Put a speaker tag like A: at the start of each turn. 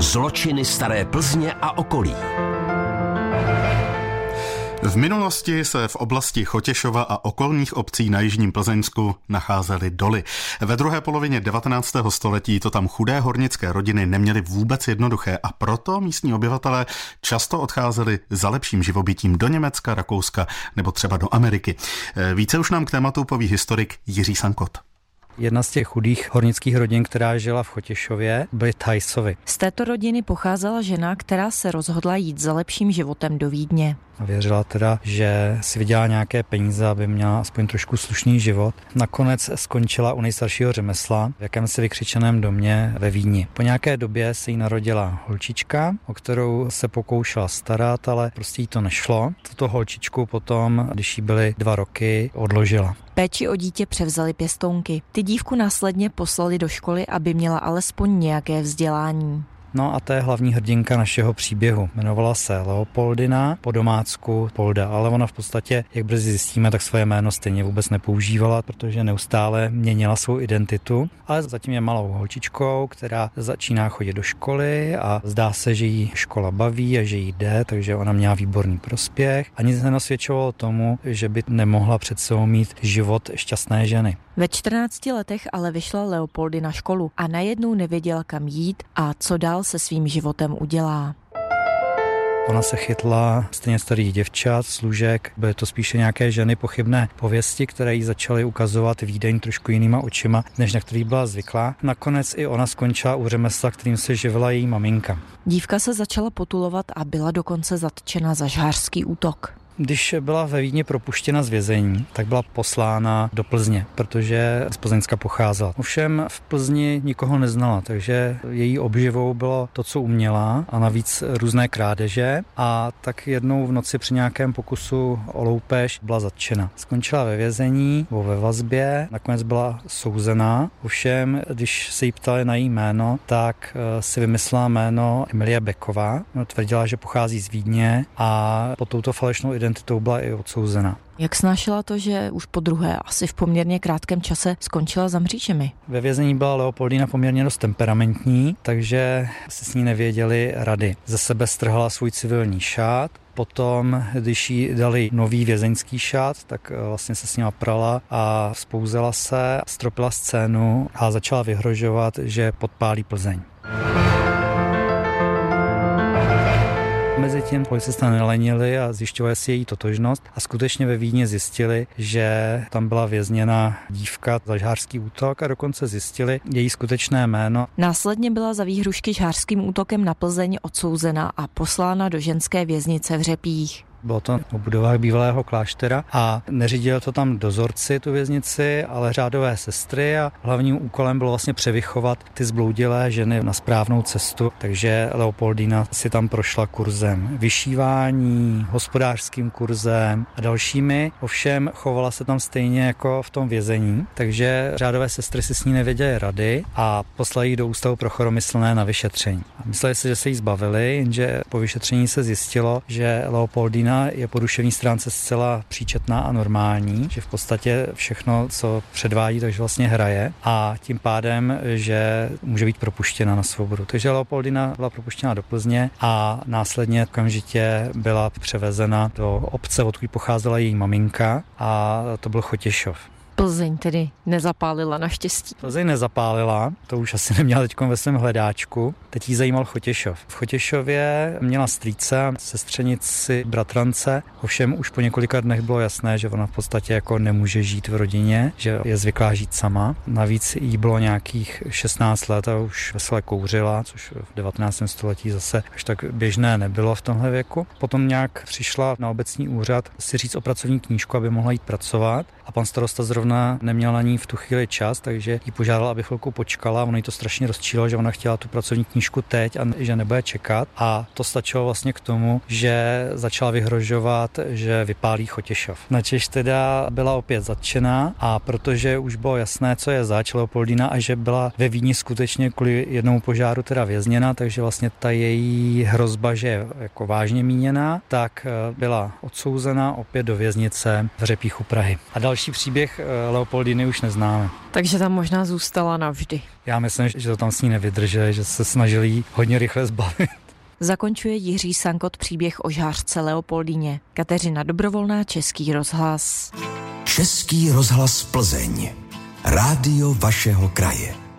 A: Zločiny Staré Plzně a okolí.
B: V minulosti se v oblasti Chotěšova a okolních obcí na jižním Plzeňsku nacházely doly. Ve druhé polovině 19. století to tam chudé hornické rodiny neměly vůbec jednoduché a proto místní obyvatelé často odcházeli za lepším živobytím do Německa, Rakouska nebo třeba do Ameriky. Více už nám k tématu poví historik Jiří Sankot.
C: Jedna z těch chudých hornických rodin, která žila v Chotěšově, byly Theisovi.
D: Z této rodiny pocházela žena, která se rozhodla jít za lepším životem do Vídně.
C: Věřila teda, že si vydělá nějaké peníze, aby měla aspoň trošku slušný život. Nakonec skončila u nejstaršího řemesla v jakémsi vykřičeném domě ve Vídni. Po nějaké době se jí narodila holčička, o kterou se pokoušela starat, ale prostě jí to nešlo. Tuto holčičku potom, když jí byly 2 roky, odložila.
D: Péči o dítě převzaly pěstounky. Ty dívku následně poslali do školy, aby měla alespoň nějaké vzdělání.
C: No a to je hlavní hrdinka našeho příběhu. Jmenovala se Leopoldina, po domácku Polda, ale ona v podstatě, jak brzy zjistíme, tak svoje jméno stejně vůbec nepoužívala, protože neustále měnila svou identitu, ale zatím je malou holčičkou, která začíná chodit do školy a zdá se, že jí škola baví a že jí jde, takže ona měla výborný prospěch a nic nenasvědčovalo tomu, že by nemohla před sebou mít život šťastné ženy.
D: Ve 14 letech ale vyšla Leopoldy na školu a najednou nevěděla, kam jít a co dál se svým životem udělá.
C: Ona se chytla stejně starých děvčat, služek, byly to spíše nějaké ženy pochybné pověsti, které jí začaly ukazovat Vídeň trošku jinýma očima, než na který byla zvyklá. Nakonec i ona skončila u řemesla, kterým se živila její maminka.
D: Dívka se začala potulovat a byla dokonce zatčena za žhářský útok.
C: Když byla ve Vídni propuštěna z vězení, tak byla poslána do Plzně, protože z Plzeňska pocházela. Ovšem v Plzni nikoho neznala, takže její obživou bylo to, co uměla a navíc různé krádeže a tak jednou v noci při nějakém pokusu o loupež byla zatčena. Skončila ve vězení nebo ve vazbě, nakonec byla souzená. Ovšem, když se jí ptali na její jméno, tak si vymyslela jméno Emilie Beková. Tvrdila, že pochází z Vídně a pod touto falešnou identitou byla i odsouzena.
D: Jak snášela to, že už po druhé, asi v poměrně krátkém čase skončila za mřížemi?
C: Ve vězení byla Leopoldina poměrně dost temperamentní, takže si s ní nevěděli rady. Ze sebe strhala svůj civilní šát, potom, když jí dali nový vězeňský šát, tak vlastně se s ním prala a vzpouzela se, stropila scénu a začala vyhrožovat, že podpálí Plzeň. Mezitím policisté nelenili a zjišťovali si její totožnost a skutečně ve Vídni zjistili, že tam byla vězněna dívka za žhářský útok a dokonce zjistili její skutečné jméno.
D: Následně byla za výhrušky žhářským útokem na Plzeň odsouzena a poslána do ženské věznice v Řepích.
C: Bylo to v budovách bývalého kláštera a neřídili to tam dozorci, tu věznici, ale řádové sestry a hlavním úkolem bylo vlastně převychovat ty zbloudilé ženy na správnou cestu, takže Leopoldina si tam prošla kurzem vyšívání, hospodářským kurzem a dalšími, ovšem chovala se tam stejně jako v tom vězení, takže řádové sestry si s ní nevěděly rady a poslali ji do ústavu pro choromyslné na vyšetření. A mysleli si, že se jí zbavili, jenže po vyšetření se zjistilo, že Leopoldina je po duševní stránce zcela příčetná a normální, že v podstatě všechno, co předvádí, takže vlastně hraje a tím pádem, že může být propuštěna na svobodu. Takže Leopoldina byla propuštěna do Plzně a následně okamžitě byla převezena do obce, odkud pocházela její maminka a to byl Chotěšov.
D: Plzeň tedy nezapálila naštěstí.
C: Plzeň nezapálila, to už asi neměla teď ve svém hledáčku. Teď jí zajímal Chotěšov. V Chotěšově měla strýce, sestřenici, bratrance, ovšem už po několika dnech bylo jasné, že ona v podstatě jako nemůže žít v rodině, že je zvyklá žít sama. Navíc jí bylo nějakých 16 let a už vesele kouřila, což v 19. století zase až tak běžné nebylo v tomhle věku. Potom nějak přišla na obecní úřad si říct o pracovní knížku, aby mohla jít pracovat a pan starosta zrovna neměl na ní v tu chvíli čas, takže ji požádal, aby chvilku počkala. Ono jí to strašně rozčílo, že ona chtěla tu pracovní knížku teď a že nebude čekat. A to stačilo vlastně k tomu, že začala vyhrožovat, že vypálí Chotěšov. Načež teda byla opět zatčená a protože už bylo jasné, co je zač Leopoldina a že byla ve Vídni skutečně kvůli jednomu požáru teda vězněna, takže vlastně ta její hrozba, že je jako vážně míněná, tak byla odsouzena opět do věznice v Řepích u Prahy. A další příběh Leopoldiny už neznáme.
D: Takže tam možná zůstala navždy.
C: Já myslím, že to tam s ní nevydrží, že se snažili jí hodně rychle zbavit.
D: Zakončuje Jiří Sankot příběh o žhářce Leopoldíně. Kateřina Dobrovolná, Český rozhlas.
A: Český rozhlas Plzeň. Rádio vašeho kraje.